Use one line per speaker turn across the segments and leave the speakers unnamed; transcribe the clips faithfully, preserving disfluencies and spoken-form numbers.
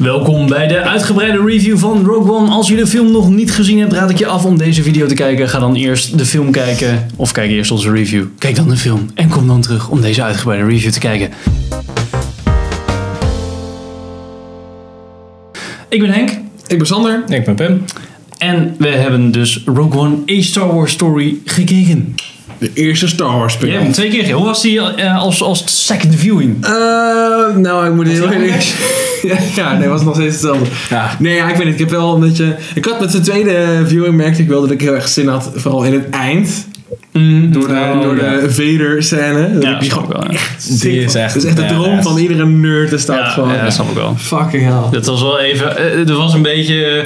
Welkom bij de uitgebreide review van Rogue One. Als je de film nog niet gezien hebt, raad ik je af om deze video te kijken. Ga dan eerst de film kijken, of kijk eerst onze review. Kijk dan de film en kom dan terug om deze uitgebreide review te kijken. Ik ben Henk.
Ik ben Sander.
Ik ben Pim.
En we hebben dus Rogue One, A Star Wars Story gekeken.
De eerste Star Wars film.
Ja, yeah, twee keer. Hoe was die uh, als, als second viewing?
Uh, nou, ik moet heel eerlijk... ja, ja, nee, was nog steeds hetzelfde. Ja. Nee, ja, ik weet niet. Ik heb wel een beetje... Ik had met de tweede viewing merkte ik wel dat ik heel erg zin had. Vooral in het eind. Mm, door de, oh, door de ja. Vader scène. Dat
ja,
ik die gewoon
wel, ja.
echt
die is echt,
dat is echt de droom ja, van iedere nerd. Dat staat
ja,
gewoon...
Ja, dat snap ik wel.
Fucking hell.
Dat was wel even... Uh, er was een beetje...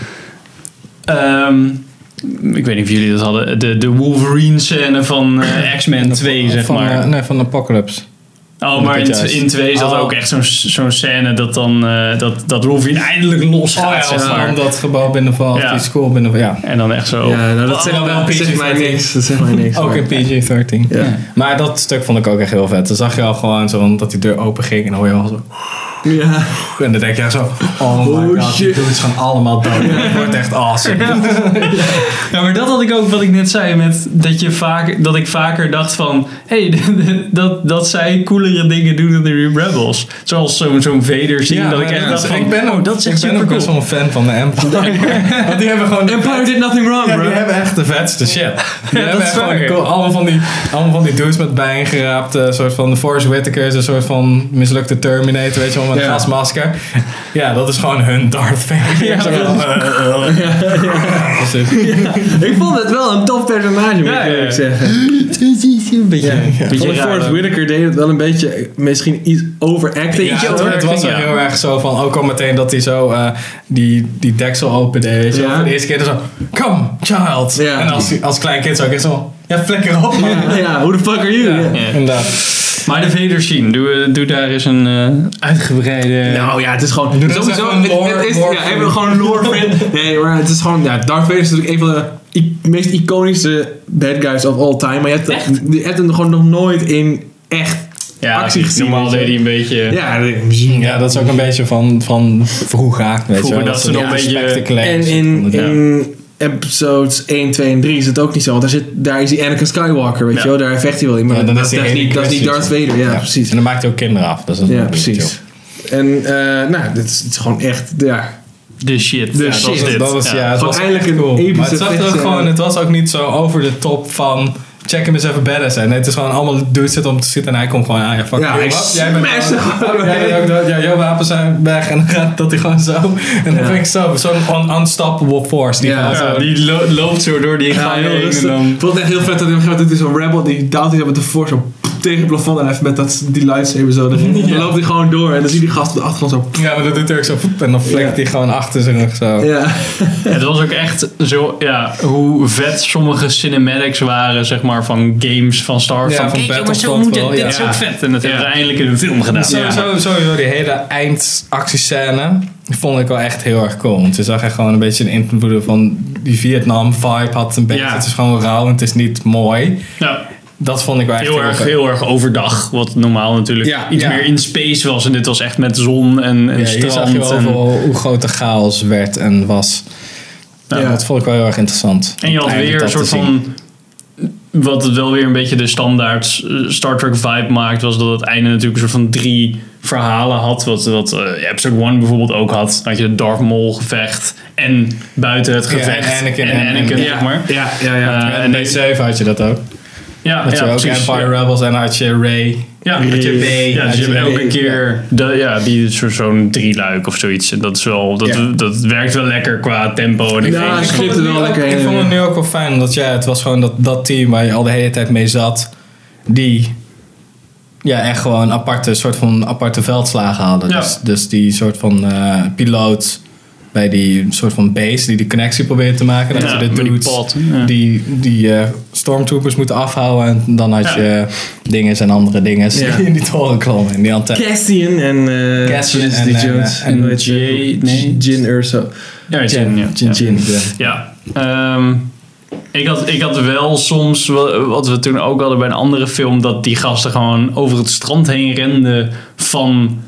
Um, ik weet niet of jullie dat hadden. De, de Wolverine scène van uh, X-Men twee, zeg
van,
maar.
Uh, nee, van Apocalypse.
Oh, maar in, in twee zat oh. ook echt zo'n, zo'n scène dat dan uh, dat, dat Wolverine eindelijk losgaat.
Oh, ja,
zeg maar.
Om dat gebouw binnenvalt, ja. Die school binnenvalt. Ja.
En dan echt zo.
Ja, nou, dat zegt oh, wel P G mij niks. Dat zegt mij niks.
Ook in P G dertien. Ja. Ja. Maar dat stuk vond ik ook echt heel vet. Dan zag je al gewoon zo dat die deur open ging en dan hoor je al zo...
Ja.
En dan denk je zo, oh my oh, god, die dudes gaan allemaal dood. Het wordt echt awesome.
Ja. Ja, maar dat had ik ook wat ik net zei met dat je vaak, dat ik vaker dacht van, hé, hey, dat, dat zij coolere dingen doen dan de Rebels. Zoals zo'n, zo'n Vader zien, ja, dat ik echt dacht van,
ik ben ook,
oh, dat is echt
ik ben ook best wel een fan van de Empire. Want die hebben gewoon...
Empire did nothing wrong,
ja,
bro.
Die hebben echt de vetste shit. Die
ja,
hebben echt gewoon cool, allemaal, van die, allemaal van die dudes met bijengeraapte, soort van de Force Whitakers, een soort van mislukte Terminator, weet je wel, met een ja. gasmasker. Ja, dat is gewoon hun Darth Vader. Ja, ja.
Ja, ja. Ja. Ik vond het wel een tof personage, moet ja, ik ja. zeggen.
Een beetje, ja, ja. beetje
raar. Forrest Whitaker deed het wel een beetje, misschien iets overacting.
Ja, het, het was ook ja. heel erg zo van, ook al meteen dat hij zo uh, die, die deksel opende, weet je ja. Voor de eerste keer zo, come child. Ja. En als, als klein kind zo, ik zo, ja, flikker op man.
Ja, ja, who the fuck are you?
Ja, ja. Ja.
Inderdaad.
Maar de Vader scene, doe, doe daar eens een uh, uitgebreide...
Nou ja, het is gewoon... Doe sowieso, het, lore, het is, lore, ja, hij wil gewoon een lore friend. Nee, maar het is gewoon... Ja, Darth Vader is natuurlijk een van de i- meest iconische bad guys of all time. Maar je hebt, je hebt hem gewoon nog nooit in echt
ja,
actie gezien.
Normaal deed hij een beetje...
Ja,
ja, dat is ook een beetje van, van vroeger. Weet
vroeger
je wel,
dat ze nog een beetje...
En in... in episodes één, twee en drie is het ook niet zo. Want daar, zit, daar is die Anakin Skywalker, weet ja. je wel. Daar vecht hij wel in. Maar ja, dat, dat, is niet, dat is niet Darth Vader. Ja, ja, precies.
En dan maakt hij ook kinderen af. Dus dat is
ja, precies. En uh, nou, dit is, dit is gewoon echt... Ja,
de shit.
De
ja,
shit.
Dat was, dit.
Dat was, ja. Ja, het
gewoon
was
eindelijk een
cool.
epische
Maar het, zag
vecht,
ook gewoon, het was ook niet zo over de top van... Check hem eens even badass zijn. Nee, het is gewoon allemaal dudes zitten om te zitten en hij komt gewoon aan. Ja, fuck
ja,
you, jij bent gewoon... Ja, jouw wapens zijn weg en dan gaat dat hij gewoon zo... En dan ja. vind ik zo, zo'n un- unstoppable force. Die,
ja,
zo,
ja, die lo- loopt zo door die gang
ja,
heen.
Ik vond het echt heel vet dat hij doet zo'n rebel, die daalt hij met de force zo tegen het plafond en even met dat, die lightsaber zo erin. Ja. Dan loopt hij gewoon door en dan zie je die gast op de achtergrond zo...
Ja, maar dat doet hij ook zo... En dan flikt ja. hij gewoon achter zijn rug zo.
Ja.
Ja, het was ook echt zo... Ja, hoe vet sommige cinematics waren, zeg maar, van games van Star Wars.
Ja,
van,
van
kijk, maar zo moet het. Dit ja. is ook vet. En dat ja. hebben ze eindelijk in een film gedaan.
Zo,
ja.
zo, sowieso die hele eindactiescène vond ik wel echt heel erg cool. Want je zag echt gewoon een beetje een invloed van die Vietnam vibe had een beetje. Ja. Het is gewoon rauw en het is niet mooi.
Ja.
Dat vond ik wel echt
heel, heel, erg, heel erg overdag. Wat normaal natuurlijk ja, iets ja. meer in space was. En dit was echt met zon en, en
ja,
strand.
Hier zag je wel en... hoe groot de chaos werd en was. Ja, ja. Dat vond ik wel heel erg interessant.
En je had weer een soort van... Wat het wel weer een beetje de standaard Star Trek vibe maakt, was dat het einde natuurlijk een soort van drie verhalen had. Wat, wat uh, episode one bijvoorbeeld ook had. Dan had je het Darth Maul gevecht en buiten het gevecht.
Ja, Anakin,
en Anakin,
en,
zeg maar.
Ja, ja, ja.
Uh,
en in B zeven had je dat ook.
Ja,
had je
ja,
ook
precies,
Empire
ja.
Rebels en had je Rey.
Ja,
had je B.
Ja, dus je hebt elke keer de, ja, die zo, zo'n drieluik of zoiets. En dat is wel, dat, ja. dat werkt wel lekker qua tempo. En ik,
ja,
ik,
vond het, wel lekker
ik vond het nu ook wel fijn, omdat ja, het was gewoon dat, dat team waar je al de hele tijd mee zat, die ja, echt gewoon aparte, soort van aparte veldslagen hadden. Ja. Dus, dus die soort van uh, piloot bij die soort van base die de connectie probeert te maken. Dat ja, je de dudes die, pot, ja. die, die uh, stormtroopers moeten afhouden. En dan had je ja. dingen en andere dingen ja. die in die toren klommen. In die antenne.
Cassian en uh,
Cassian
en,
en,
Jones.
en, en,
en Jay, nee.
Jyn Erso.
Ja, Jyn. Ja,
Jyn. Jyn.
Ja. ja. Um, ik, had, ik had wel soms, wat we toen ook hadden bij een andere film, dat die gasten gewoon over het strand heen renden van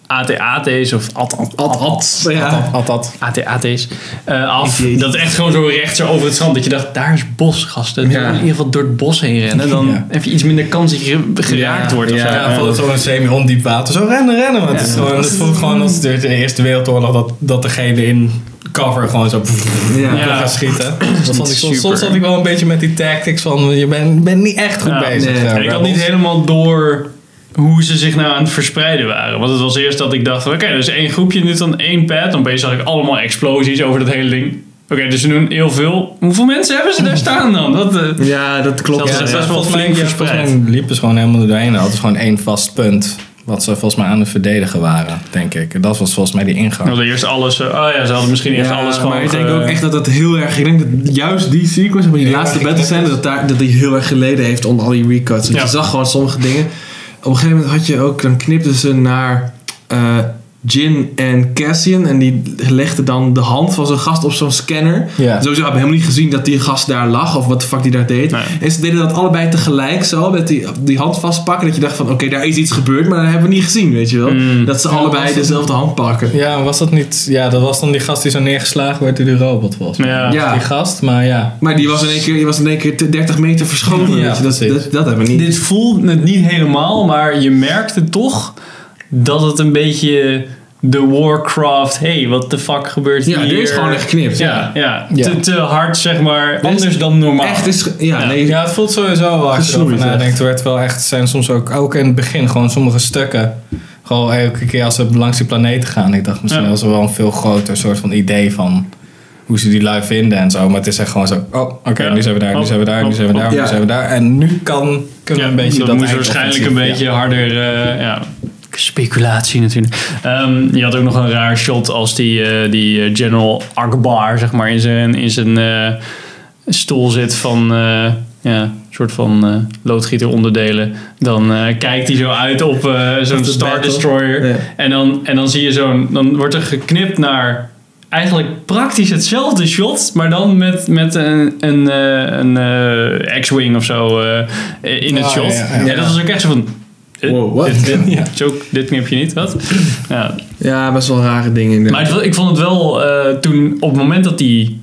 A T A T's of A T A's
ja.
A T A T's uh, af. Dat echt gewoon zo recht zo over het strand. Dat je dacht, daar is bos, gasten. Ja. In ieder geval door het bos heen rennen. Dan ja. heb je iets minder kans dat je geraakt
ja.
wordt. Of
ja,
zo.
ja, ja. Zo een semi-ondiep water. Zo rennen, rennen. Want ja. het, is gewoon, het voelt gewoon als de, de Eerste Wereldoorlog dat, dat degene in cover gewoon zo ja. ja. gaat schieten. Dat vond ik soms, soms had ik wel een beetje met die tactics van je bent ben niet echt goed ja. bezig.
Nee. Ja, ik had niet helemaal door hoe ze zich nou aan het verspreiden waren. Want het was eerst dat ik dacht, oké, okay, er is één groepje, nu dan één pad. Dan opeens zag ik allemaal explosies over dat hele ding. Oké, okay, dus ze doen heel veel. Hoeveel mensen hebben ze daar staan dan? Dat, uh,
ja, dat klopt.
Dat is
ja,
best wel flink verspreid.
Volgens mij liepen ze gewoon helemaal doorheen. Het was gewoon één vast punt. Wat ze volgens mij aan het verdedigen waren, denk ik. Dat was volgens mij die ingang.
Nou, eerst alles, uh, oh ja, ze hadden misschien eerst ja, alles gewoon...
Maar ik denk ook echt dat dat heel erg... Ik denk dat juist die sequence, die ja, laatste battle scène, dat, daar, dat die heel erg geleden heeft onder al die recuts. Want ja. je zag gewoon sommige dingen. Op een gegeven moment had je ook... Dan knipten ze naar uh, Jin en Cassian. En die legden dan de hand van zo'n gast op zo'n scanner. Ja. Sowieso hebben we helemaal niet gezien dat die gast daar lag. Of wat de fuck die daar deed. Nee. En ze deden dat allebei tegelijk zo. Met die, die hand vastpakken. Dat je dacht van oké, okay, daar is iets gebeurd. Maar dat hebben we niet gezien, weet je wel. Mm. Dat ze ja, allebei dezelfde hand pakken.
Ja, was dat niet... Ja, dat was dan die gast die zo neergeslagen werd door die robot was.
Ja.
ja. Die gast, maar ja.
Maar die was in één keer, die was in één keer dertig meter verschoven. Ja, dat, dat, dat, dat hebben we niet.
Dit voelt het niet helemaal. Maar je merkte toch dat het een beetje... de Warcraft, hey, what the fuck gebeurt hier?
Ja, dit is gewoon echt geknipt.
Ja, ja. ja. Te, te hard, zeg maar, anders is dan normaal.
Echt is, ja,
ja.
Nee,
ja, het voelt sowieso wel, als je erover nadenkt. Er werd wel echt, zijn soms ook, ook in het begin gewoon sommige stukken, gewoon elke keer als we langs die planeten gaan. Ik dacht misschien ja. was er wel een veel groter soort van idee van hoe ze die lui vinden en zo. Maar het is echt gewoon zo, oh, oké, okay, ja. nu zijn we daar, nu zijn we daar, nu zijn we daar, ja. nu zijn we daar. En nu kan, kunnen we
ja,
een beetje
dat
dat
moet waarschijnlijk een beetje ja. harder, uh, ja... speculatie natuurlijk. Um, je had ook nog een raar shot als die, uh, die General Akbar, zeg maar, in zijn, in zijn uh, stoel zit van uh, ja, een soort van uh, loodgieter onderdelen. Dan uh, kijkt hij zo uit op uh, zo'n Star battle. Destroyer. Ja. En, dan, en dan zie je zo'n, dan wordt er geknipt naar eigenlijk praktisch hetzelfde shot, maar dan met, met een, een, een, een uh, X-Wing of zo uh, in het oh, shot. Ja, ja, ja. En dat was ook echt zo van...
Wow, wat?
Dit, dit, ja. Choke, dit knip je niet, wat? Ja,
ja best wel rare dingen.
Maar het, ik vond het wel uh, toen, op het moment dat die...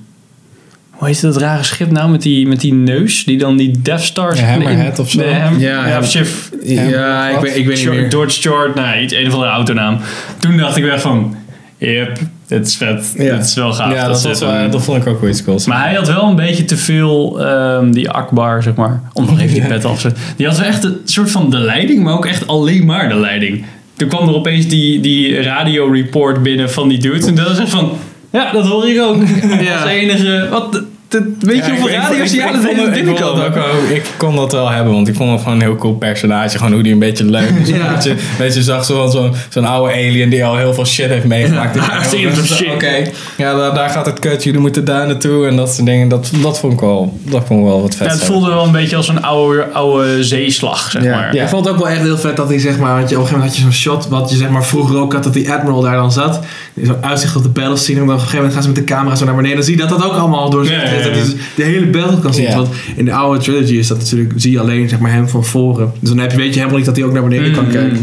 Hoe heet dat rare schip nou? Met die, met die neus, die dan die Death Stars...
Ja, Hammerhead of zo.
Ham,
ja,
ja, of Chief...
Ja, ik weet, ik weet niet meer.
George Short, nou, iets, een of andere autonaam. Toen dacht ik weer van... Yep, dit is vet.
Ja.
Dit is wel gaaf.
Ja, dat, dat, was, uh, dat vond ik ook wel iets cools.
Maar hij had wel een beetje te veel um, die Akbar, zeg maar. Om nog even die pet af te zetten. Die had wel echt een soort van de leiding, maar ook echt alleen maar de leiding. Toen kwam er opeens die, die radio report binnen van die dude. En dat was echt van, ja, dat hoor ik ook. Ja. Als enige, wat... Weet je ja, hoeveel radio's die aan het binnenkomen?
Ik kon dat wel hebben, want ik vond het gewoon een heel cool personage. Gewoon hoe die een beetje leuk is. Ja. Weet je, weet je zag zo, zo, zo'n oude alien die al heel veel shit heeft meegemaakt. Ja, Oké, okay, ja, daar, daar gaat het kut. Jullie moeten daar naartoe en dat soort dingen. Dat, dat, vond ik wel, dat vond ik wel wat vet.
Ja, het voelde wel een beetje als een oude, oude zeeslag, zeg
ja.
maar.
Ja. Ik vond het ook wel echt heel vet dat hij, zeg maar, want je, op een gegeven moment had je zo'n shot, wat je zeg maar vroeger ook had, dat die Admiral daar dan zat. Zo'n uitzicht op de battle scene. En dan op een gegeven moment gaan ze met de camera zo naar beneden. Dan zie je dat dat ook allemaal door zit. Ja, ja, ja. Dat hij de hele battle kan zien. Ja. Want in de oude trilogy is dat natuurlijk, zie je alleen zeg maar hem van voren. Dus dan heb je, weet je helemaal niet dat hij ook naar beneden mm-hmm. kan kijken.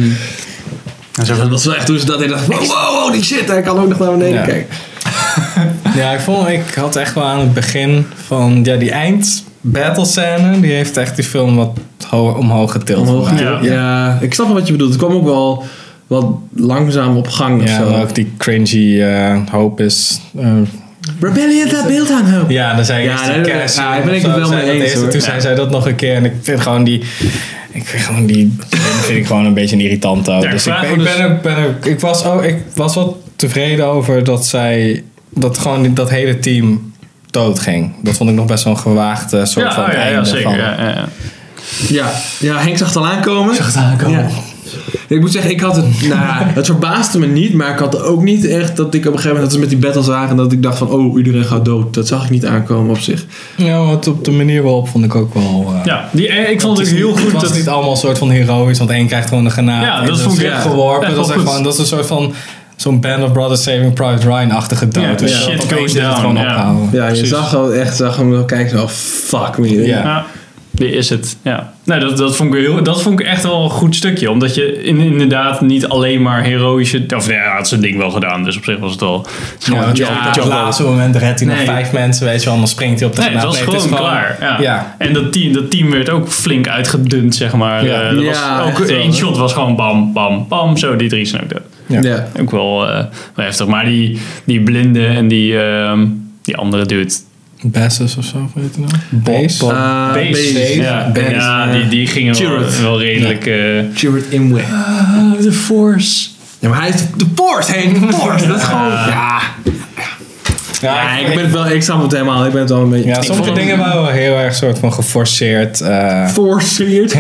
En zo, dat was wel echt toen ze dat dacht, wow, wow, die shit, hij kan ook nog naar beneden ja. kijken.
Ja, ik vond, ik had echt wel aan het begin van ja, die eind battle scène, die heeft echt die film wat ho- omhoog getild.
Omhoog getild. Ja. ja, ik snap wel wat je bedoelt. Het kwam ook wel wat langzaam op gang.
Ja,
of zo.
ook die cringy uh, hope is... Uh,
Rebellion that built on hope.
Ja, dan zei je
ja, nee, ja, ja, ik ben ik het wel mee eens.
Toen ja. zei zij dat nog een keer en ik vind gewoon die... Ik vind gewoon die... vind ik gewoon een beetje een irritant ook. Ja, dus ik, ben, ik, ben ook, ben ook, ik, was ook, ik was wel tevreden over dat zij... Dat gewoon dat hele team dood ging. Dat vond ik nog best wel een gewaagde soort
ja,
van
oh, ja,
einde
ja, zeker,
van...
Ja, ja.
Ja, ja, Henk zag het al aankomen.
Zag het aankomen. Ja.
Ik moet zeggen, ik had het... Nou, het verbaasde me niet, maar ik had ook niet echt dat ik op een gegeven moment dat ze met die battles waren dat ik dacht van, oh, iedereen gaat dood. Dat zag ik niet aankomen op zich.
Ja, maar op de manier waarop vond ik ook wel... Uh,
ja, die, ik vond het, het heel
niet,
goed.
Het was
dat
niet allemaal een soort van heroïs, want één krijgt gewoon een granaat.
Ja, dat vond ik
echt geworpen. Ja, dat, is gewoon, dat is een soort van... Zo'n Band of Brothers Saving Private Ryan-achtige dood.
Ja,
dus
shit goes down.
Gewoon
ja.
ophouden.
Ja, je Precies. zag wel echt, zag hem wel kijken zo, oh, fuck me.
Ja. Ja. Dit is het, ja. Nou, dat, dat, vond ik heel, dat vond ik echt wel een goed stukje. Omdat je in, inderdaad niet alleen maar heroïsche... Of ja, hij had zijn ding wel gedaan. Dus op zich was het al...
Ja, want ja, op het laatste moment redt hij
nee.
nog vijf mensen, weet je wel. Dan springt hij op de
Nee, het was
nee,
gewoon,
het is gewoon
klaar. Ja.
Ja.
En dat team, dat team werd ook flink uitgedund, zeg maar.
Ja.
Uh, dat
Ja,
was ook
echt wel,
één shot was gewoon bam, bam, bam. Zo, die drie zijn ook dood.
Ja.
Ja.
Ook wel, uh, wel heftig. Maar die, die blinde en die, uh, die andere dude...
Basses of zo, weet je nou? Base?
Uh,
Base.
Base.
Ja,
Base.
ja die, die gingen wel, wel redelijk... Uh,
Jared Imwe.
uh, the Force.
Ja, maar hij is de Force, Henk. De Force. Dat is gewoon... Ja.
Ja,
Ja, ik ben het wel... Ik snap het helemaal. Ik ben het wel een beetje...
Ja, sommige
vond-
dingen waren wel heel erg soort van geforceerd. Uh,
Forceerd.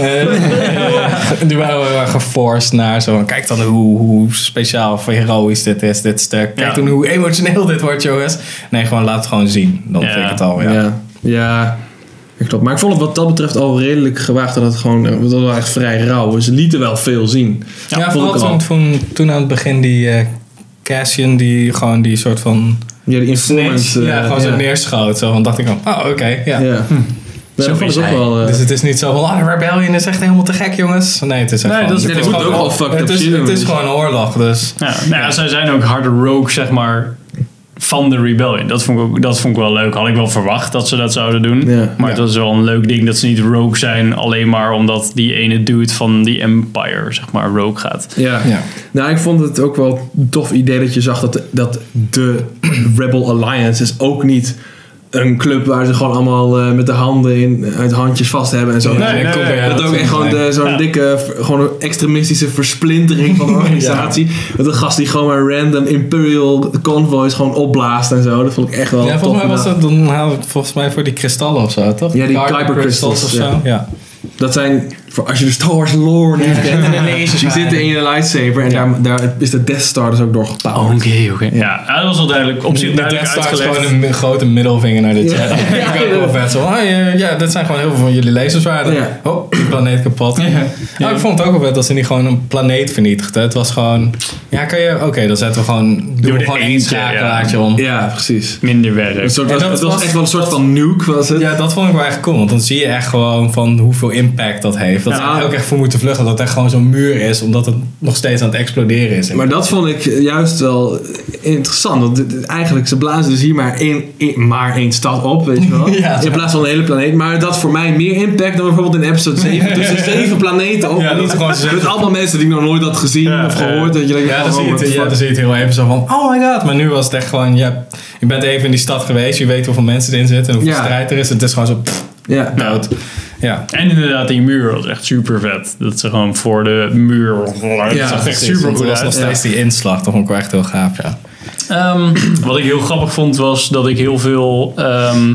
die waren wel heel erg geforced naar zo. Kijk dan hoe, hoe speciaal of heroïs dit is, dit stuk. Kijk
Ja.
dan hoe emotioneel dit wordt, jongens. Nee, gewoon laat het gewoon zien. Dan
Ja.
vind ik het al, ja.
Ja. Ja. Ja, klopt. Maar ik vond het wat dat betreft al redelijk gewaagd dat het gewoon... Het was wel echt vrij rauw. Ze lieten wel veel zien.
Ja,
vond
vooral
ik al.
toen, toen, toen aan het begin die uh, Cassian die gewoon die soort van...
Ja, die informant. uh,
ja, gewoon zo neerschoot. Zo, dan dacht ik van, oh oké, okay, ja.
Ja. Hm. Ja,
Zo
dat vond
is
ik ook
hij.
wel... uh,
Dus het is niet zo van, ah, de Rebellion is echt helemaal te gek, jongens. Nee, het is echt
Nee,
gewoon...
dat is-
het
nee, dat moet
gewoon-
ook wel fucked
het
up
is,
zien,
het is
dus.
gewoon oorlog, dus...
Ja, nou ja, zij zijn ook harde rogue, zeg maar, van de Rebellion. Dat vond ik, ook, dat vond ik wel leuk. Had ik wel verwacht dat ze dat zouden doen.
Ja.
Maar
Ja.
het was wel een leuk ding dat ze niet rogue zijn. Alleen maar omdat die ene dude van die Empire, zeg maar, rogue gaat.
Ja.
Ja.
Nou, ik vond het ook wel een tof idee dat je zag dat de, dat de Rebel Alliance is ook niet een club waar ze gewoon allemaal uh, met de handen in, uit handjes vast hebben en zo.
Nee,
dat
nee, nee,
dat
ja,
ook
dat
echt gewoon de, zo'n
Ja.
dikke, v- gewoon een extremistische versplintering van de organisatie. Met een gast die gewoon maar random Imperial convoys gewoon opblaast en zo. Dat vond ik echt wel
Ja,
tof
volgens mij was
gedaan.
dat, dan hadden we het volgens mij voor die kristallen of zo, toch?
Ja, die
Kyber
Kyber crystals,
of
ja.
zo. Ja.
Dat zijn, voor als je de Star Wars lore niet kent,
en de lasers
die
waren.
zitten in je lightsaber en
Ja.
daar, daar is de Death Star dus ook door gepouwd.
Oké, oké. Ja, dat was wel duidelijk. Op zich
De
duidelijk
Death Star is
uitgelegd.
gewoon een mi- grote middelvinger naar de chat.
Ja.
Ja, ik ook wel vet. Zo, oh, ja, ja, dit zijn gewoon heel veel van jullie lasers.
Ja.
Oh, de planeet kapot.
Ja.
Ja, ik vond het ook wel vet dat ze niet gewoon een planeet vernietigden. Het was gewoon... Ja, kan je... Oké, okay, dan zetten we gewoon... Doen
Doe
we
er
gewoon één
eentje,
schakelaartje om.
Ja, precies.
Minder werk.
Een soort,
En
was,
dat
het was,
was-
echt wel een soort
dat-
van nuke was het.
Ja, dat vond ik wel echt cool. Want dan zie je echt gewoon van hoeveel impact dat heeft. Dat
Ja.
ze er ook echt voor moeten vluchten. Dat het echt gewoon zo'n muur is. Omdat het nog steeds aan het exploderen is.
Maar dat vond ik juist wel interessant. Want dit- dit- eigenlijk, ze blazen dus hier maar één, één- maar één stad op, weet je wel.
Ja.
In plaats van een hele planeet. Maar dat voor mij meer impact dan bijvoorbeeld in episode zeven. Dus er zeven planeten op.
Ja, dat is gewoon zo-
Met allemaal mensen die ik nog nooit had gezien
Ja,
of
ja.
gehoord. Dat je denkt,
Ja,
oh,
dan zie je
what
het,
the
ja,
fuck.
dan zie je het heel even zo van... Oh my god. Maar nu was het echt gewoon... Ja, je bent even in die stad geweest. Je weet hoeveel mensen erin zitten. En hoeveel
Ja.
strijd er is. Het is gewoon zo... Pff,
Ja.
dood. Ja.
En inderdaad, die muur was echt super vet. Dat ze gewoon voor de muur... Dat zag echt
precies,
super
want
goed
het was nog
uit.
steeds die inslag. Dat vond ik wel echt heel gaaf, ja.
Ehm, wat ik heel grappig vond, was dat ik heel veel ehm,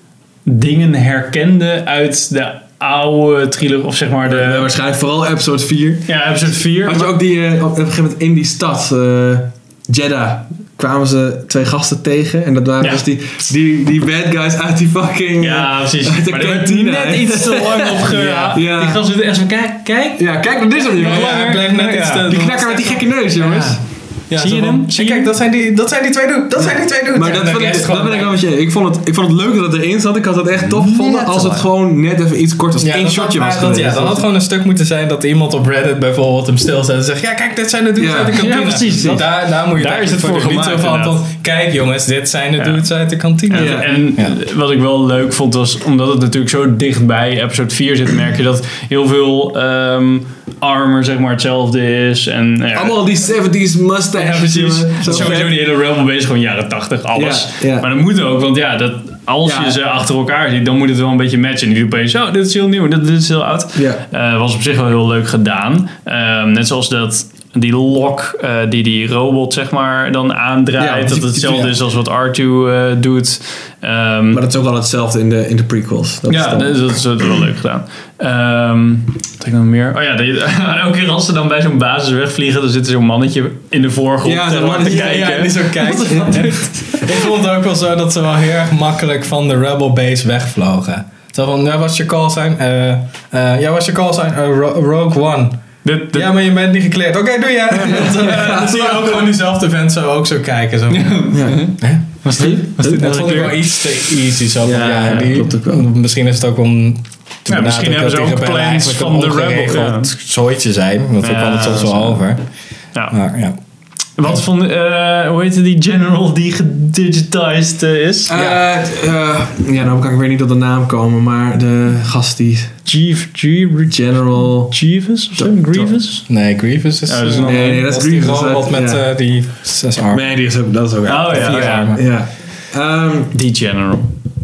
dingen herkende uit de oude trilogie. Of zeg maar de...
Ja, waarschijnlijk vooral episode vier.
Ja, episode vier.
Had je ook die, eh, op een gegeven moment in die stad, eh Jeddah, kwamen ze twee gasten tegen. En dat waren
Ja.
dus die, die, die bad guys uit die fucking...
Ja, precies.
uit de
Maar er werd
kantine.
net iets te lang op ge...
Ja. Ja.
Die gast zit echt van, kijk, kijk.
Ja, kijk naar dit, jongen.
Ja,
hij bleef net iets te-
Die knakker met die gekke neus, jongens.
Ja,
Zie
zo
je
van,
hem?
en
Zie je
kijk,
hem?
dat zijn die, dat zijn die twee dudes. Dat zijn die twee dudes.
Maar
En
dat,
de
vond ik,
rest
dat
gewoon-
ben ik wel met je. Ik vond, het, ik vond het leuk dat het erin zat. Ik had het echt tof gevonden
Net
als
te
het
lang.
gewoon net even iets kort als
Ja,
één
dat
shotje
had-
was
dat,
geweest.
ja, dan had gewoon een stuk moeten zijn dat iemand op Reddit bijvoorbeeld hem stilzet en zegt: ja, kijk, dit zijn de dudes
Ja.
uit de kantine.
Ja, precies.
Dat- Daar, daar moet je
Daar
het
is het
eigenlijk
voor
doen. Niet zo
gemaakt,
van,
inderdaad.
van, kijk jongens, dit zijn de
Ja.
dudes uit de kantine.
En,
Ja.
en
Ja.
wat ik wel leuk vond was, omdat het natuurlijk zo dichtbij episode vier zit, merk je dat heel veel ehm, armor zeg maar hetzelfde is. En, nou ja,
Allemaal die zeventies mustache.
ja, precies.
jongen. Zo
Sowieso
vet.
die hele Rebel Base, gewoon jaren tachtig, alles.
Ja, ja.
Maar dat moet ook, want ja, dat, als
Ja.
je ze achter elkaar ziet, dan moet het wel een beetje matchen. En niet opeens, oh, dit is heel nieuw, dit, dit is heel oud.
Ja.
Eh, was op zich wel heel leuk gedaan. Ehm, net zoals dat die lock eh, die die robot zeg maar dan aandraait.
Ja, die-
dat het hetzelfde
ja.
is als wat R twee eh, doet. Ehm,
Maar dat is ook wel hetzelfde in de, in de prequels. Dat is
ja,
dan-
dat is, dat is dat is wel leuk gedaan. Ehm wat heb ik nog meer? Oh ja, die- elke keer als ze dan bij zo'n basis wegvliegen, dan zit er zo'n mannetje in de voorgrond
Ja,
te,
zo'n
te
mannetje,
kijken.
Ja, die zo kijkt. Ik vond het ook wel zo dat ze wel heel erg makkelijk van de Rebel Base wegvlogen. Zo van, ja, wat je call zijn? Eh, eh, ja, wat je call zijn? Eh, Ro- Rogue One.
Dit, dit,
Ja, maar je bent niet gekleerd. Oké, doe jij. Dan zie je ook gewoon diezelfde vent zo ook zo kijken. Zo.
Ja.
was dit? Was dit
Dat
nou
vond ik
een
wel
keer?
iets te easy. Zo van,
Ja,
ja,
ja,
die,
klopt ook wel.
Misschien is het ook om
Ja, misschien hebben ze ook plans van de Rebel. Ja.
Zooitje zijn, want daar
ja,
kwam het soms wel over.
Ja.
Maar, ja.
Wat vond, uh, hoe heette die general die gedigitized uh, is?
Uh, ja. Uh, ja, nou kan ik weer niet op de naam komen, maar de gast die...
Chief, Chief,
General...
Grievous of zo? Grievous?
Nee, Grievous is...
Ja, dus
uh,
nee, nee, dat is Grievous.
Die robot met ja. uh, die zes armen.
Nee, die is ook... Dat is ook...
Oh ja,
vier
ja.
armen.
Ja. Um,
die general.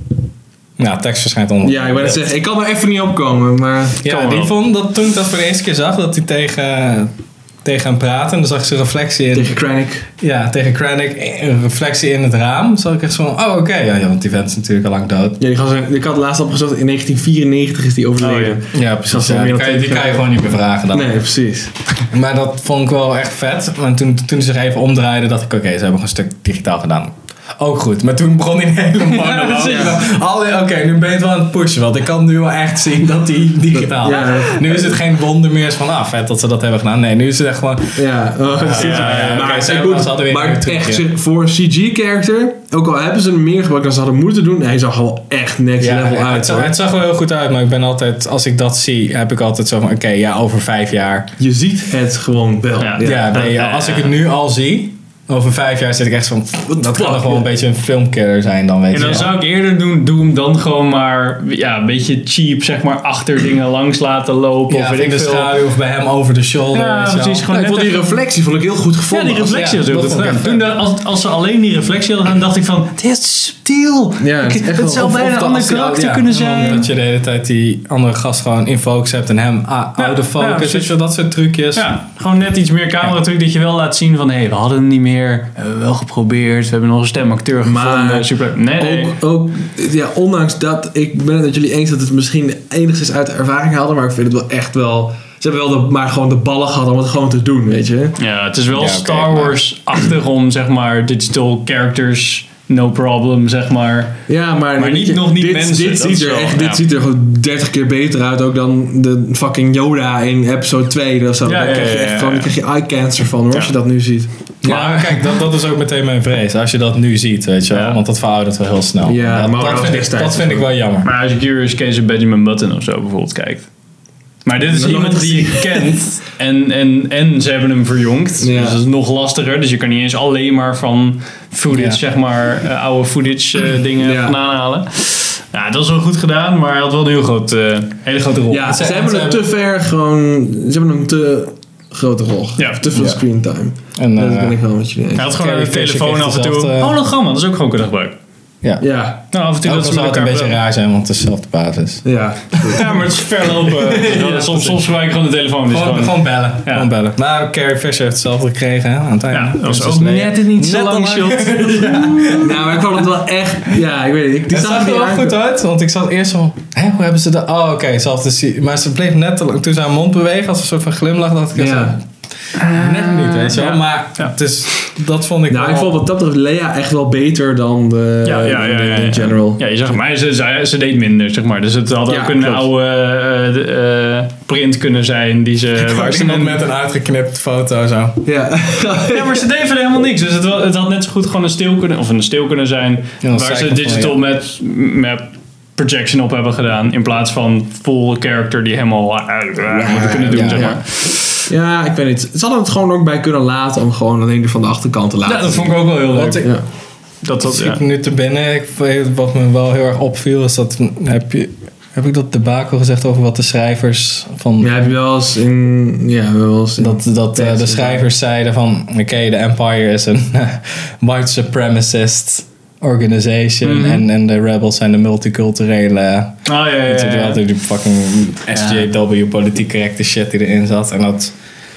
Nou, tekst verschijnt onder.
Ja, ik wou net zeggen, ik kan er even niet opkomen, maar...
Ja, die vond dat toen ik dat voor de eerste keer zag, dat hij tegen... tegen hem praten. En dan zag ik zijn reflectie in...
Tegen Krennic.
Ja, tegen Krennic. Een reflectie in het raam. Zag ik echt zo van... Oh, oké. Okay. Ja, ja, want die vent is natuurlijk al lang dood.
Ja, die gast, ik had laatst opgezocht. In negentien vierennegentig is die overleden.
Oh, ja. ja, precies. Ja, die, kan je, die kan je gewoon niet meer vragen dan.
Nee, precies.
Maar dat vond ik wel echt vet. Maar toen, toen ze zich even omdraaiden, dacht ik... Oké, okay, ze hebben gewoon een stuk digitaal gedaan. Ook goed. Maar toen begon hij een hele monoloog. Ja, Oké, okay, nu ben je het wel aan het pushen. Want ik kan nu wel echt zien dat hij digitaal... Ja. Nu is het geen wonder meer van... Ah, vet dat ze dat hebben gedaan. Nee, nu is het echt gewoon...
Ja, oh, ja, ja, ja, ja. Maar, okay, ze goed, weer maar echt voor een C G-character... Ook al hebben ze hem meer gebruikt dan ze hadden moeten doen... Hij zag er wel echt next ja, level
ja,
uit.
Het, het zag er wel heel goed uit. Maar ik ben altijd... Als ik dat zie, heb ik altijd zo van... Oké, okay, ja, over vijf jaar...
Je ziet het gewoon wel.
Ja, ja, ja, nee, als ik het nu al zie... Over vijf jaar zit ik echt van... Dat kan er gewoon een beetje een filmkiller zijn dan, weet je.
En dan zou ik eerder doen... Doe hem dan gewoon maar... Ja, een beetje cheap, zeg maar... Achter dingen langs laten lopen.
Ja,
of weet
in
ik
de
veel.
schaduw of bij hem over de shoulder.
Ja, precies. Gewoon
ja, ik vond die reflectie vond ik heel goed gevonden.
Ja, die reflectie
als,
was heel goed gedaan. Toen de, als, als ze alleen die reflectie hadden gedaan... dacht ik van... Dit is subtiel. Ja, het, het wel, zou bijna een ander karakter ja, kunnen zijn.
Dat je de hele tijd die andere gast gewoon in focus hebt... en hem ah, out of focus. Ja, dat soort trucjes.
Ja, gewoon net iets meer camera truc... dat je wel laat zien van... hé, hey, we hadden hem niet meer. We hebben wel geprobeerd. We hebben nog een stemacteur gevonden. Super. Nee, nee.
Ook, ook, ja, ondanks dat... Ik ben het met jullie eens dat het misschien enigszins uit de ervaring haalde... maar ik vind het wel echt wel... Ze hebben wel de, maar gewoon de ballen gehad om het gewoon te doen, weet je.
Ja, het is wel ja, okay, Star Wars-achtig om, zeg maar, digital characters... No problem, zeg maar.
Ja, maar,
maar niet, je, nog niet
dit,
mensen.
Dit, ziet er, echt, ja. dit ziet er gewoon dertig keer beter uit ook dan de fucking Yoda in episode twee. Of zo. Ja, Daar ja, krijg je echt ja, ja, gewoon, ja. krijg je eye cancer van hoor, ja. als je dat nu ziet.
Ja, maar kijk, dat, dat is ook meteen mijn vrees. Als je dat nu ziet, weet je wel. Ja. Want dat veroudert wel heel snel.
Ja,
dat
maar
dat, vind, ik, dat vind ik wel jammer.
Maar als je Curious Case of Benjamin Button of zo bijvoorbeeld kijkt. Maar dit is dat iemand die je kent en, en, en ze hebben hem verjongd. Ja. Dus dat is nog lastiger. Dus je kan niet eens alleen maar van footage, ja. zeg maar, uh, oude footage uh, dingen ja. vandaan halen. Ja, dat is wel goed gedaan, maar hij had wel een heel groot, uh, hele grote rol.
Ja, ze, ze hebben hem te ver gewoon... Ze hebben hem te grote rol. Ja. Te veel ja. screen time. En, uh, dat ben ik wel met jullie eens.
Hij had gewoon een telefoon af en toe. Uh, hologrammen, dat is ook gewoon kunnen gebruiken.
Ja.
ja.
Nou, af en toe
dat zou het een beetje hebben. raar zijn, want het is dezelfde basis.
Ja.
ja, maar het is verlopen. ja, soms, soms gebruik ik gewoon de telefoon.
Dus gewoon, gewoon, gewoon bellen. Ja. Gewoon bellen. Maar Carrie Fisher heeft het zelf gekregen hè, aan het einde.
Ja, dat was ook net niet zo lang shot.
ja. Nou, maar ik vond het wel echt... Ja, ik weet niet. Ik, die
het zag er wel goed uit, want ik zat eerst van... Hé, hoe hebben ze dat... Oh, oké, okay, ze de... Maar ze bleef net te lang... Toen ze haar mond beweeg, als een soort van glimlach, dacht ik... Ja. Uh, Net niet, weet je wel. Ja. Maar ja. het is, dat vond ik
nou,
wel...
ik vond wat dat betreft Leia echt wel beter dan de,
ja, ja, ja,
de,
ja,
de
ja.
General.
Ja, je zag maar ze, ze, ze deed minder, zeg maar. Dus het had ja, ook een klopt. oude uh, uh, print kunnen zijn die ze...
Waar ze iemand met een uitgeknipt foto zo.
Ja.
ja, maar ze deed verder helemaal niks. Dus het, het had net zo goed gewoon een stil kunnen... Of een stil kunnen zijn. Ja, waar ze digital van, ja. met... met projection op hebben gedaan. In plaats van full character die helemaal uh, uh, ja, moeten kunnen doen, ja, zeg maar.
Ja. Ja, ik weet niet. Ze hadden het gewoon ook bij kunnen laten om gewoon alleen van de achterkant te laten.
Ja, dat vond ik ook wel heel leuk.
Ik, ja. Dat dat ja. nu te binnen. Ik, wat me wel heel erg opviel is dat heb je heb ik dat debakel gezegd over wat de schrijvers van...
Ja, heb je wel eens in... Ja, wel eens in
dat dat uh, de schrijvers zeiden van... Oké, okay, de Empire is een uh, white supremacist organization mm-hmm. en, en de Rebels zijn de multiculturele...
Oh ja, ja, ja.
ja. altijd die fucking S J W ja. politiek correcte shit die erin zat. En dat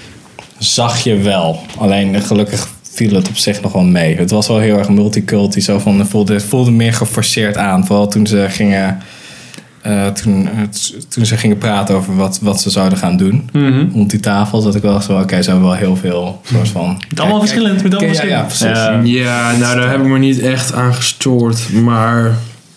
zag je wel. Alleen gelukkig viel het op zich nog wel mee. Het was wel heel erg multiculti. Zo van, het voelde, het voelde meer geforceerd aan. Vooral toen ze gingen... Uh, toen, uh, toen ze gingen praten over wat, wat ze zouden gaan doen mm-hmm. rond die tafel, zat ik wel zo, oké, okay, ze hebben wel heel veel soort van...
Het allemaal kijk, verschillend, met allemaal
ja,
verschillend.
Ja,
ja, ja, nou daar heb ik me niet echt aan gestoord, maar...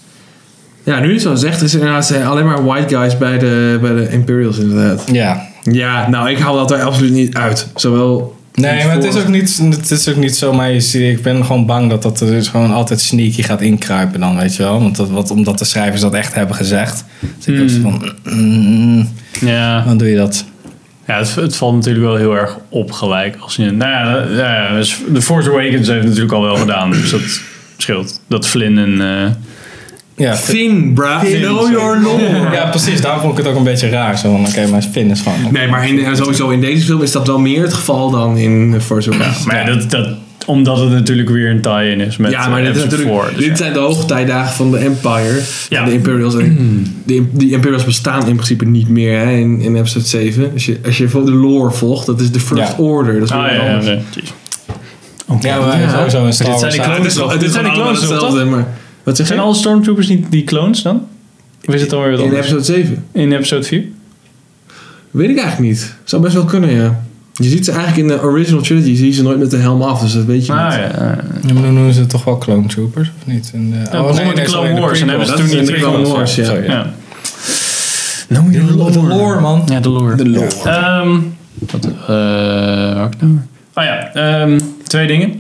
Ja, nu je het zo zegt, is er inderdaad alleen maar white guys bij de, bij de Imperials inderdaad.
Ja.
Ja, nou ik haal dat er absoluut niet uit. Zowel
Nee, maar het is, ook niet, het is ook niet zo, maar je ziet, ik ben gewoon bang dat dat er dus gewoon altijd sneaky gaat inkruipen dan, weet je wel. Want dat, wat, omdat de schrijvers dat echt hebben gezegd. Dus ik mm. ook zo van, mm,
ja.
Dan doe je dat.
Ja, het, het valt natuurlijk wel heel erg op gelijk. Als je, nou ja, ja, dus The Force Awakens heeft het natuurlijk al wel gedaan, dus dat scheelt. Dat Flynn en... Uh,
ja,
Finn, bra.
Finn,
know your lore.
Ja, precies. Daarom vond ik het ook een beetje raar. Zo van, oké, okay, maar Finn is gewoon...
Nee, maar in, sowieso in deze film is dat wel meer het geval dan in Force Awakens.
Ja, maar ja, dat, dat, omdat het natuurlijk weer een tie-in is met
ja, maar dit,
episode
natuurlijk,
vier. Dus
dit
ja.
zijn de hoogtijdagen van de Empire.
Ja.
De Imperials. De, die Imperials bestaan in principe niet meer hè, in, in episode zeven. Als je, als je de lore volgt, dat is de First
ja.
Order. Dat is
ah,
weer
ja,
anders.
ja,
okay. ja, maar ja. sowieso een Star Wars.
Dit zijn de clones,
het
dit zijn de clones
hetzelfde, maar... Wat zeg
zijn
je?
alle Stormtroopers niet die clones dan? Of is het alweer wat
in
anders?
episode zeven?
In episode vier?
Weet ik eigenlijk niet. Zou best wel kunnen, ja. Je ziet ze eigenlijk in de original trilogy, zie je ze nooit met de helm af, dus dat weet je
ah,
niet.
Ja, ja.
Ja, maar dan noemen ze toch wel Clone Troopers, of niet? In de,
ja, oh, nee, nee, de Clone Wars. En hebben ze toen niet
de Clone Wars, ja.
Sorry, ja.
ja.
No, de, lore. de lore, man.
Ja, de lore.
De lore.
Um, wat, uh, wat nou? Oh ja, um, twee dingen.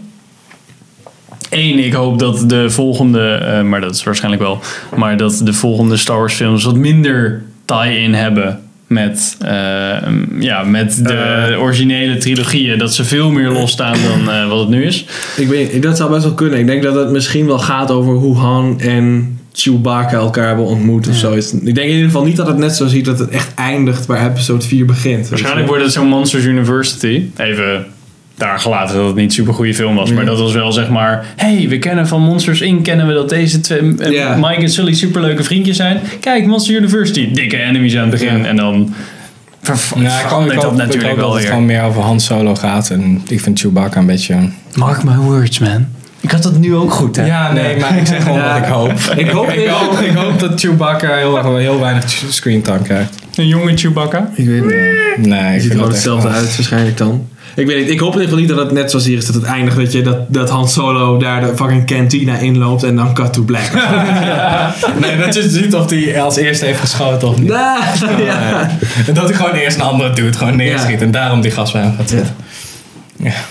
Eén, ik hoop dat de volgende, uh, maar dat is waarschijnlijk wel, maar dat de volgende Star Wars films wat minder tie-in hebben met, uh, ja, met de uh, originele trilogieën. Dat ze veel meer losstaan dan uh, wat het nu is.
Ik weet, dat zou best wel kunnen. Ik denk dat het misschien wel gaat over hoe Han en Chewbacca elkaar hebben ontmoet of ja. zo. Ik denk in ieder geval niet dat het net zo ziet dat het echt eindigt waar episode vier begint.
Waarschijnlijk wordt het zo'n Monsters University. Even daar gelaten dat het niet een super goede film was. Ja. Maar dat was wel zeg maar... Hey, we kennen van Monsters Incorporated kennen we dat deze twee... Ja. Mike en Sully superleuke vriendjes zijn. Kijk, Monster University. Dikke enemies aan het begin. Ja. En dan... Ver,
ja, ik hoop, ik hoop, natuurlijk ik hoop wel dat het gewoon meer over Han Solo gaat. En ik vind Chewbacca een beetje...
Mark my words, man. Ik had dat nu ook goed, hè?
Ja, nee, maar ik zeg gewoon ja. wat ik hoop. ik, hoop ik, hoop, ik hoop dat Chewbacca heel, heel weinig screentime krijgt.
Een jonge Chewbacca?
Ik weet het niet.
Nee,
ik ziet er gewoon hetzelfde uit waarschijnlijk dan. Ik weet niet, ik hoop in ieder geval niet dat het net zoals hier is dat het eindigt, weet je, dat, dat Han Solo daar de fucking cantina inloopt en dan cut to black.
ja. Nee, dat je ziet of hij als eerste heeft geschoten of niet.
Nah, ja.
En dat hij gewoon eerst een andere dude gewoon neerschiet ja. en daarom die gas bij hem gaat zitten. Ja. ja.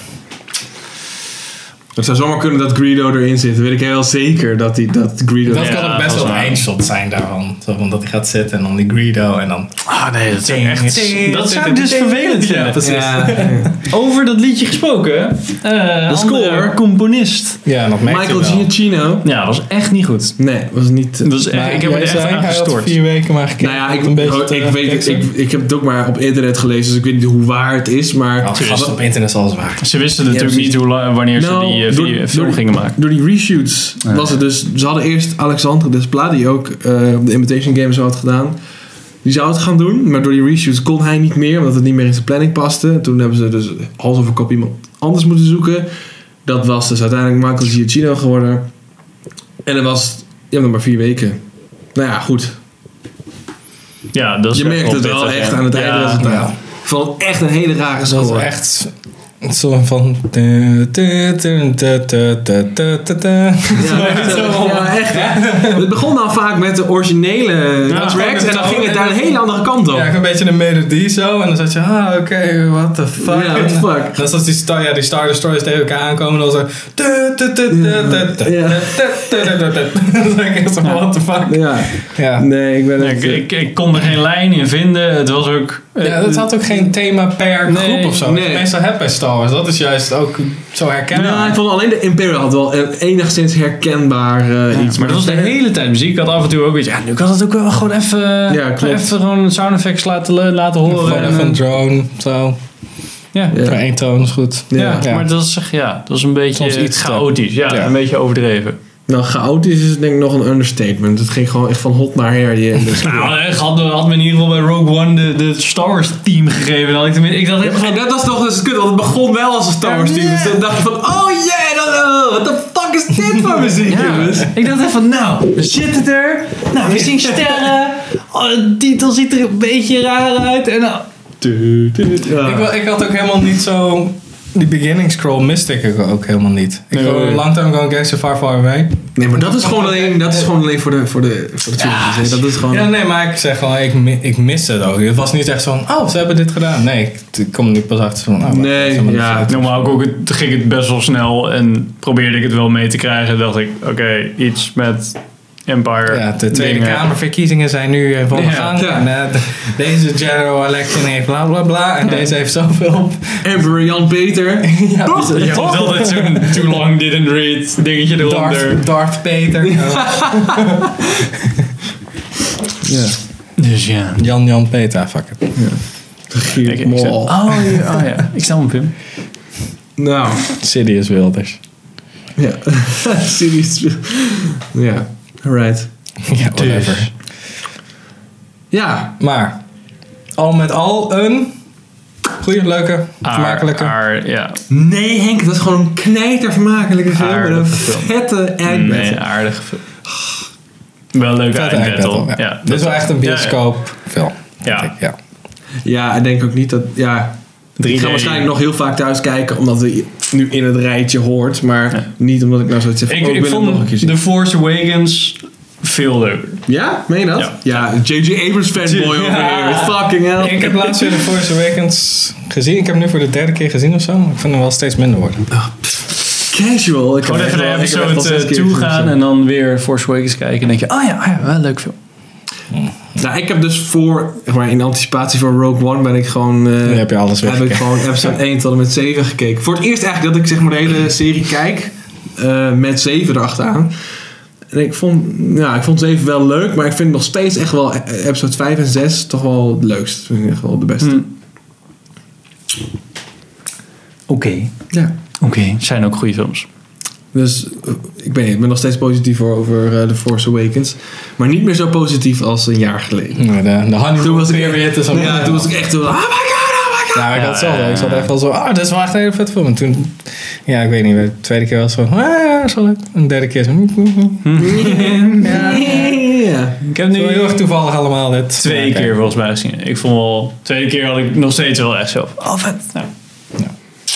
Het zou zomaar kunnen dat Greedo erin zit. Weet ik heel zeker dat, die, dat Greedo...
Dat
ja,
kan ook best wel een eindshot zijn daarvan. Zo van dat hij gaat zitten en dan die Greedo en dan...
Ah nee, dat is echt... Dat zou ik dus vervelend vinden.
Ja, precies.
Ja.
Over dat liedje gesproken. Uh, de score. Componist.
Ja, nog Michael Giacchino.
Ja, dat was echt niet goed.
Nee, was niet...
Dat was echt, ik heb er echt aan gestoord.
vier weken maar gekeken.
Nou ja, ik, een beetje oh, ik, weet het, ik, ik heb het ook maar op internet gelezen, dus ik weet niet hoe waar het is, maar...
Oh, gast, op internet is alles waar.
Ze wisten natuurlijk ja, niet hoe lang, wanneer ze nou, die uh, door, film
door,
gingen maken.
Door die reshoots ah, was het dus... Ze hadden eerst Alexandre Desplat, die ook uh, de Imitation Game zo had gedaan. Die zou het gaan doen, maar door die reshoots kon hij niet meer, omdat het niet meer in zijn planning paste. En toen hebben ze dus hals over kop iemand anders moeten zoeken. Dat was dus uiteindelijk Michael Giacchino geworden. En dat was... Je hebt nog maar vier weken. Nou ja, goed.
Ja, dat is
je merkt het wel echt aan het einde resultaat. Ja. Ik vond het echt een hele rare score.
Dat is echt... Zo van... Ja,
echt. Het begon dan vaak met de originele ja, tracks en dan ging het daar een hele andere kant op.
Ja, een beetje een melodie zo en dan zat je, ah oké, okay, what the fuck.
Ja, what the fuck.
Dat is als die Star, ja, die Star Destroyers tegen elkaar aankomen en dan zo... Dan denk ik zo, what the fuck.
Ja. Ja. Nee, ik ben
nee, ik, ik, ik kon er geen lijn in vinden. Het was ook...
Ja, dat had ook geen thema per nee, groep of zo. Nee. Meestal heb bij Star Wars. Dat is juist ook zo herkenbaar.
Ja, ik vond alleen de Imperial had wel een enigszins herkenbaar uh, ja, iets.
Maar dat was de hele tijd muziek. Ik had af en toe ook iets. Ja, nu kan het ook wel gewoon even, ja, even gewoon sound effects laten, laten horen.
Gewoon
en,
even een drone. Zo. Ja, ja. één toon is goed.
Ja, ja. ja. Maar dat is, ja, dat was een beetje iets chaotisch. Ja, ja, een beetje overdreven.
Nou, chaotisch is denk ik nog een understatement. Het ging gewoon echt van hot naar her. Die
nou, had, had me in ieder geval bij Rogue One de, de Star Wars team gegeven. Dat ik, tenminste, ik dacht echt van...
En dat was toch eens kut, want het begon wel als een Star Wars team. Dus dan dacht je van, oh yeah, what the fuck is dit voor muziek,
ja.
jongens?
Ik dacht echt van, nou, we zitten er. Nou, we zien sterren. Oh, de titel ziet er een beetje raar uit. En nou...
Ja. Ik, ik had ook helemaal niet zo... Die beginning scroll miste ik ook helemaal niet. Ik nee, go, Long Time Ago, Galaxy Far Far Away.
Nee, maar dat is gewoon alleen, dat is gewoon alleen voor de, voor de, voor de
Ja,
ja, dat is gewoon...
Ja, nee, maar ik zeg gewoon, ik, mi- ik miste het ook. Het was niet echt van, oh, ze hebben dit gedaan. Nee, ik, ik kom nu pas achter van, oh, wat
Nee,
is er met
ja.
dit?
Normaal ook, het, ging het best wel snel en probeerde ik het wel mee te krijgen. Dacht ik, oké, okay, iets met Empire.
Ja, de Tweede
dingen.
Kamerverkiezingen zijn nu in volle
Ja.
gang.
Ja.
En uh, de- deze general election heeft bla bla bla. En
Ja.
deze heeft zoveel op.
Emperor Jan Peter.
Ja,
Oh, je had wel dat zo'n too long didn't read dingetje eronder.
Darth, Darth Peter.
Ja.
Dus ja.
Jan Jan Peter, fuck it.
Geert
Ik- ik zeg-
Mol.
Oh, ja, oh ja, ik snap hem, Pim.
Nou,
Sidious Wilders.
ja. Serieus. Ja, alright.
Ja, whatever.
Ja,
Maar, al met al een goede, leuke, vermakelijke.
Aar, ja.
nee Henk, dat is gewoon een knijtervermakelijke film. Met een
Aardige film.
vette eindbattle.
Nee, aardige film. Wel leuk
Vette
eindbattle.
eindbattle, ja.
Ja,
Dit is wel echt een
Ja, ja.
bioscoopfilm.
Ja.
vind ik, ja.
Ja, ik denk ook niet dat... Ja,
drie
ik ga
D.
waarschijnlijk nog heel vaak thuis kijken, omdat het nu in het rijtje hoort. Maar
Ja.
niet omdat ik nou zoiets zeg van,
Ik,
oh, ik
ik
wil het nog een
vond
keer zien.
The Force Awakens veel leuker.
Ja, meen je dat?
Ja.
Ja, J J Abrams fanboy over
Ja.
here. Fucking hell.
Ik heb laatst weer The Force Awakens gezien. Ik heb hem nu voor de derde keer gezien of zo. Ik vind hem wel steeds minder worden.
Casual. Ik
Gewoon
heb
even
echt
naar
wel- ik heb echt
episode
al zes
uh,
keer
toe
gezien,
gaan
zo.
en dan weer Force Awakens kijken. En denk je, oh ja, oh ja, wel een leuk film.
Nou, ik heb dus voor, zeg maar in anticipatie voor Rogue One ben ik gewoon... eh,
Nu heb je alles
heb ik
weggekeken.
gewoon episode één tot en met zeven gekeken. Voor het eerst eigenlijk dat ik zeg maar de hele serie kijk. eh, met zeven erachteraan. En ik vond, ja, ik vond zeven wel leuk. Maar ik vind nog steeds echt wel eh, episode vijf en zes toch wel het leukst. Vind ik echt wel de beste.
Hm. Oké.
Ja.
Oké, zijn ook goede films.
Dus eh, ik ben, ik ben nog steeds positief over eh, The Force Awakens. Maar niet meer zo positief als een jaar geleden.
Nou, de, de honeymoon
Toen was ik-
period is al-
Ja, toen was ik echt zo... Oh my god, oh my god.
Ja, ik had het
Ja,
zelf wel.
ja,
Ik zat
ja.
echt wel zo, ah, dit is wel echt een hele vet film. En toen, ja, ik weet niet, de tweede keer was het zo, ah ja, dat is wel leuk. En de derde keer zo, ja,
Ja.
Ik heb
zo
nu
heel erg toevallig allemaal dit.
twee
Ja,
keer
kijk.
volgens mij gezien. Ik vond wel... Tweede keer had ik nog steeds wel echt zo... Oh, vet. Nou.
Ja.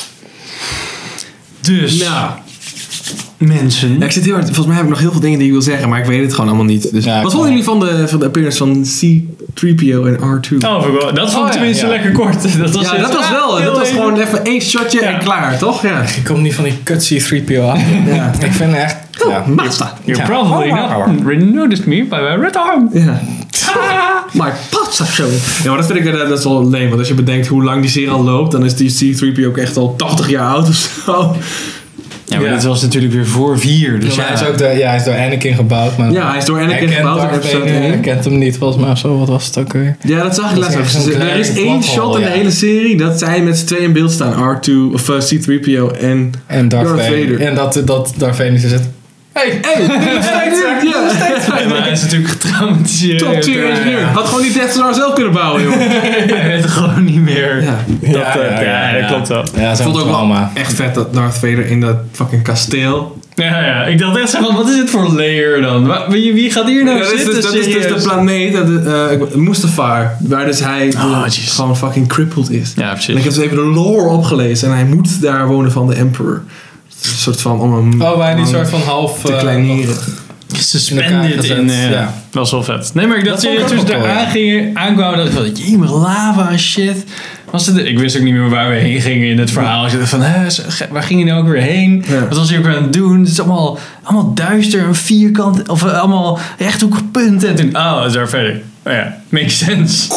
Dus,
Nou,
mensen...
ja, ik zit heel hard... Volgens mij heb ik nog heel veel dingen die ik wil zeggen, maar ik weet het gewoon allemaal niet. Dus,
Ja,
wat
ik
vonden
wel.
jullie van de, van de appearance van C drie P O en R twee?
Oh, vond ik wel- dat vond ik
Oh, ja,
tenminste
ja.
lekker kort. Dat was
ja,
echt-
dat was wel.
heel
Dat was
even.
gewoon even één shotje
Ja.
en klaar, toch? Ja.
Ik kom niet van die cutsy drie P O af.
Ja.
Ik vind echt, ja.
Master.
You
Ja.
probably
Oh,
not noticed me by my red arm.
Ja. My pasta show. Ja, maar dat vind ik eh, dat is wel leem. Want als je bedenkt hoe lang die serie al loopt, dan is die C drie P O ook echt al tachtig jaar oud of zo.
Ja, maar
Ja.
dit was natuurlijk weer voor vier. Dus
Ja,
ja,
hij is ook door, ja, hij is door Anakin gebouwd. Maar
Ja, hij is door Anakin
hij kent
gebouwd in
Darth
episode
Vader,
één.
Hij kent hem niet volgens mij of zo. Wat was het ook weer?
Ja, dat zag ik
Dat
laatst
is
ook.
echt zo'n
Er is
klein
één
plothole,
shot in de
ja.
hele serie dat zij met z'n tweeën in beeld staan. R twee, of uh, C drie P O en...
En Darth,
Darth
Vader.
Vader.
En dat, dat Darth Vader zit. Hey,
Hey, ja.
maar hij is natuurlijk getraumatiseerd.
Top tier
Ja,
engineer.
ja.
Had gewoon die Death Star zelf kunnen bouwen, joh.
Hij weet het gewoon niet meer.
Ja.
Dat,
Ja,
eh,
ja,
ja,
ja,
dat
ja.
klopt wel.
Ja,
Ik
zo'n
vond het ook wel
trauma.
echt vet dat Darth Vader in dat fucking kasteel...
Ja, ja. Ik dacht echt zo van, wat is dit voor layer dan? Wa- Wie, wie gaat hier nou
Ja, dat is
zitten?
dus, dat is dus
serieus?
de planeet, dat de, uh, Mustafar, waar dus hij
Oh,
uh,
jeez.
gewoon fucking crippled is.
Ja,
En ik
precies.
heb dus even de lore opgelezen en hij moet daar wonen van de Emperor. Het is een soort van om hem
Oh, waar die
om hem
soort van half...
te
eh,
kleineren.
Suspended
gezet,
in. eh,
ja.
Dat was wel vet. Nee, maar ik dacht
Dat
dat
vond
je
ik ook
toen
wel
daar
cool, ja.
aangingen, aankwamen, dacht ik van, jee, lava shit. Was het, ik wist ook niet meer waar we heen gingen in het verhaal. Ik dacht van, hè, waar ging je nou ook weer heen?
Ja.
Wat was je ook weer aan het doen? Het is allemaal, allemaal duister en vierkant, of uh, allemaal rechthoekige punten. En toen, oh, dat is daar verder. Oh ja, makes sense.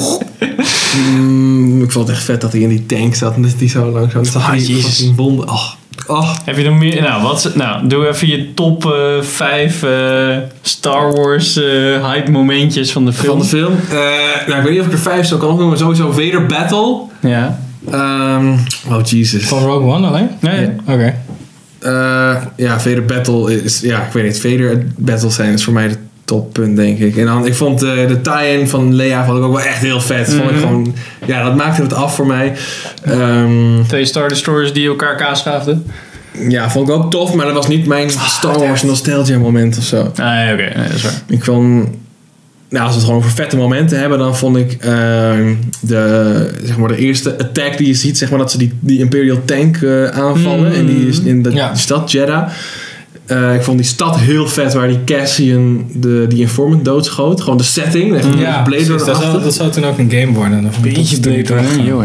Mm, ik vond het echt vet dat hij in die tank zat en dat hij zo langzaam zag.
Ah,
die
jezus.
fucking wonden. Oh. Oh.
Heb je nog meer? Nou, wat, is- nou doe even je top uh, vijf uh, Star Wars uh, hype momentjes van de film.
Van de film. Uh, nou, ik weet niet of ik er vijf zo kan opnoemen, maar sowieso Vader Battle.
Ja.
Um, oh, Jesus.
Van Rogue One alleen?
Nee.
Ja.
Oké.
Uh, ja, Vader Battle is... Ja, ik weet niet. Vader Battle zijn is voor mij de toppunt, denk ik. En dan, ik vond uh, de tie-in van Leia vond ik ook wel echt heel vet. Vond ik
Mhm.
gewoon... Ja, dat maakte het af voor mij. Um,
Twee Star Destroyers die elkaar kaas gaafden.
ja, vond ik ook tof, maar dat was niet mijn Star Wars
echt.
nostalgia moment of zo.
Ah, ja, oké. Nee, dat is waar.
Ik vond... Nou, als we het gewoon over vette momenten hebben, dan vond ik uh, de, zeg maar de eerste attack die je ziet, zeg maar dat ze die, die Imperial tank uh, aanvallen
Mm.
en die is in de,
Ja.
die stad Jeddah. Uh, ik vond die stad heel vet waar die Cassian de, die informant doodschoot. Gewoon de setting. Echt een
ja,
Blade Runner
dat, zou, dat zou toen ook een game worden. Een
beetje Blade Runner, joh.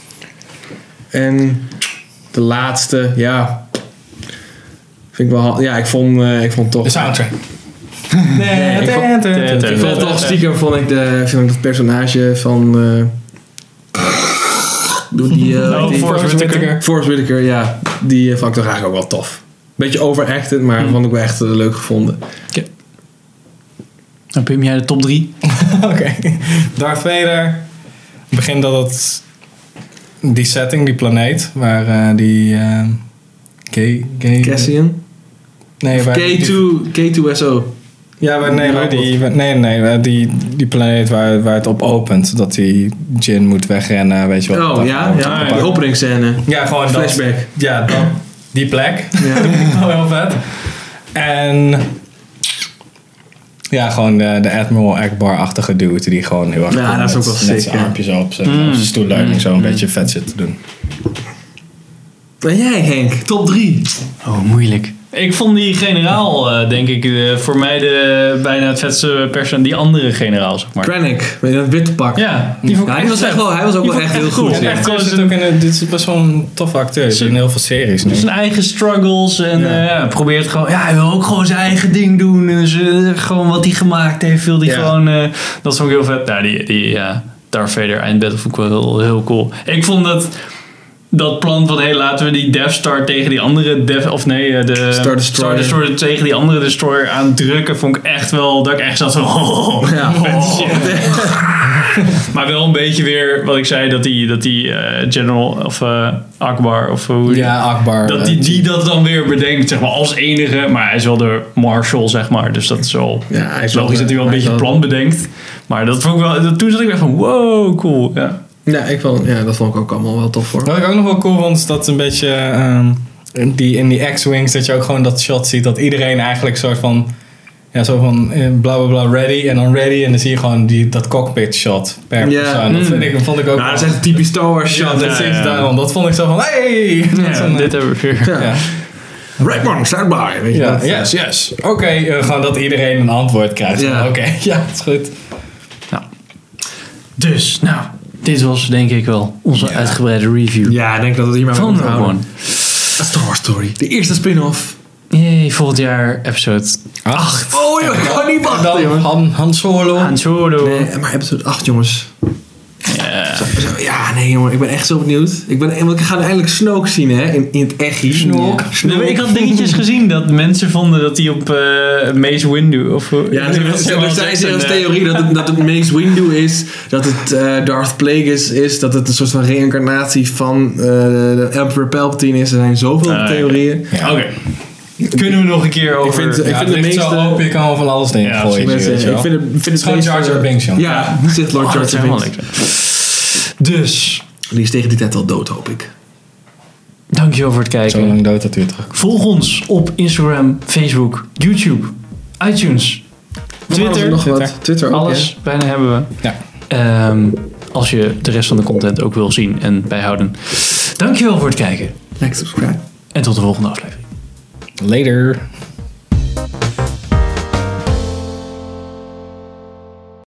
En de laatste, ja... Vind ik wel... Ja, ik vond, uh, ik vond toch...
De soundtrack.
Nee, ik vond, ik vond toch stiekem vond ik, de, vond ik het personage van... Uh, Doe die, uh,
oh,
die
Forrest Whitaker.
Forrest Whitaker, ja. Die uh, vond ik toch eigenlijk ook wel tof. Beetje overacted, maar mm. vond ik wel echt uh, leuk gevonden.
Okay. Dan Pim, jij de top drie.
Oké. Okay. Darth Vader. Begin dat het... Die setting, die planeet, waar uh, die... Uh, K, K,
Cassian?
Nee, waar...
K twee, K twee S O.
Ja, maar nee, waar die, nee, nee, die, die planeet waar, waar het op opent. Dat die Jin moet wegrennen, weet je wel.
Oh, ja, ja, die openingsscène.
Ja, gewoon
flashback.
Dat, ja, dat, die plek. Ja. Gewoon heel vet. En... Ja, gewoon de, de Admiral Akbar-achtige dude die gewoon heel erg...
Ja, dat is ook wel sick.
Met zijn armpjes op, zijn, mm. op zijn stoelleuning mm. zo een mm. beetje vet zit te doen.
En jij, Henk? Top drie.
Oh, moeilijk. Ik vond die generaal, uh, denk ik, uh, voor mij de, bijna het vetste persoon. Die andere generaal, zeg maar.
Krennic, met dat witte pak.
Ja, die vond
ja,
ik
hij was echt wel, hij was ook wel echt heel goed.
goed. Ja, echt, is ook een, dit is best wel een toffe acteur. Hij zit in heel veel series nu.
Zijn eigen struggles en ja. uh, probeert gewoon... Ja, hij wil ook gewoon zijn eigen ding doen. En dus, uh, gewoon wat hij gemaakt heeft, wil hij ja. gewoon... Uh, dat vond ik heel vet. Ja, die, die ja, Darth Vader eindbattle vond ik wel heel, heel cool. Ik vond dat... Dat plan van, hey, laten we die Death Star tegen die andere Death, of nee, de
Star Destroyer.
Star Destroyer tegen die andere Destroyer aandrukken, vond ik echt wel, dat ik echt zat van, oh,
ja,
oh. Shit. Maar wel een beetje weer, wat ik zei, dat die, dat die uh, General, of uh, Akbar, of hoe die,
ja, Akbar.
Dat die, die dat dan weer bedenkt, zeg maar, als enige, maar hij is wel de Marshal, zeg maar, dus dat is wel,
ja, hij is
logisch
wel,
dat hij wel een beetje het plan bedenkt. Maar dat vond ik wel, dat, toen zat ik echt van, wow, cool, ja.
Ja, ik vond, ja, dat vond ik ook allemaal wel tof voor.
Wat ik ook nog wel cool vond, is dat een beetje um, die, in die X-Wings, dat je ook gewoon dat shot ziet, dat iedereen eigenlijk soort van, ja, zo van uh, bla bla bla ready en dan ready en dan zie je gewoon die, dat cockpit shot per
ja.
persoon. Dat vind ik, vond ik ook.
Nou, dat is echt een typisch Star Wars shot.
Ja, dat, ja, ja. Daarom. Dat vond ik zo van, hey!
Ja, een, dit hebben we weer.
Ja. Ja. Right man, stand by. Weet je
ja,
dat?
Yes, yes. Oké, okay, uh, gewoon dat iedereen een antwoord krijgt. Ja. Oké, okay, ja, dat is goed.
Nou. Dus, nou. Dit was denk ik wel onze ja. uitgebreide review.
Ja, ik denk dat het hier maar
van Rogue One.
A Star Wars Story. De eerste spin-off.
Jee, volgend jaar episode acht.
Oh joh, ik kan niet wachten, jongens.
Han, Han Solo.
Han Solo.
Nee, maar episode acht, jongens.
Ja.
Zo, zo, ja, nee jongen, ik ben echt zo benieuwd. Ik, ben, ik ga eindelijk Snoke zien, hè, in, in het echi.
Snoke.
Ja. Snoke. Nee, ik had dingetjes gezien dat mensen vonden dat hij op uh, Mace Windu... Of,
ja, er zijn zelfs theorie dat het, dat het Mace Windu is, dat het uh, Darth Plagueis is, dat het een soort van reïncarnatie van uh, de Emperor Palpatine is. Er zijn zoveel uh, theorieën.
Ja. Oké. Okay. Kunnen we nog een keer over...
Ik vind, ik ja, vind de meeste... Zo open, je kan al van alles dingen ja, gooien.
Mensen, ik vind het, vind het
gewoon Jar Jar Binks, jongen.
Ja, ja. Zit Lord oh, Jar Jar Binks.
Dus...
Die is tegen die tijd al dood, hoop ik.
Dankjewel voor het kijken.
Zo lang dood dat u terug.
Volg ons op Instagram, Facebook, YouTube, iTunes, Twitter.
Nog wat. Twitter ook,
alles
ja.
bijna hebben we.
Ja.
Um, als je de rest van de content ook wil zien en bijhouden. Dankjewel voor het kijken.
Like, subscribe.
En tot de volgende aflevering.
Later.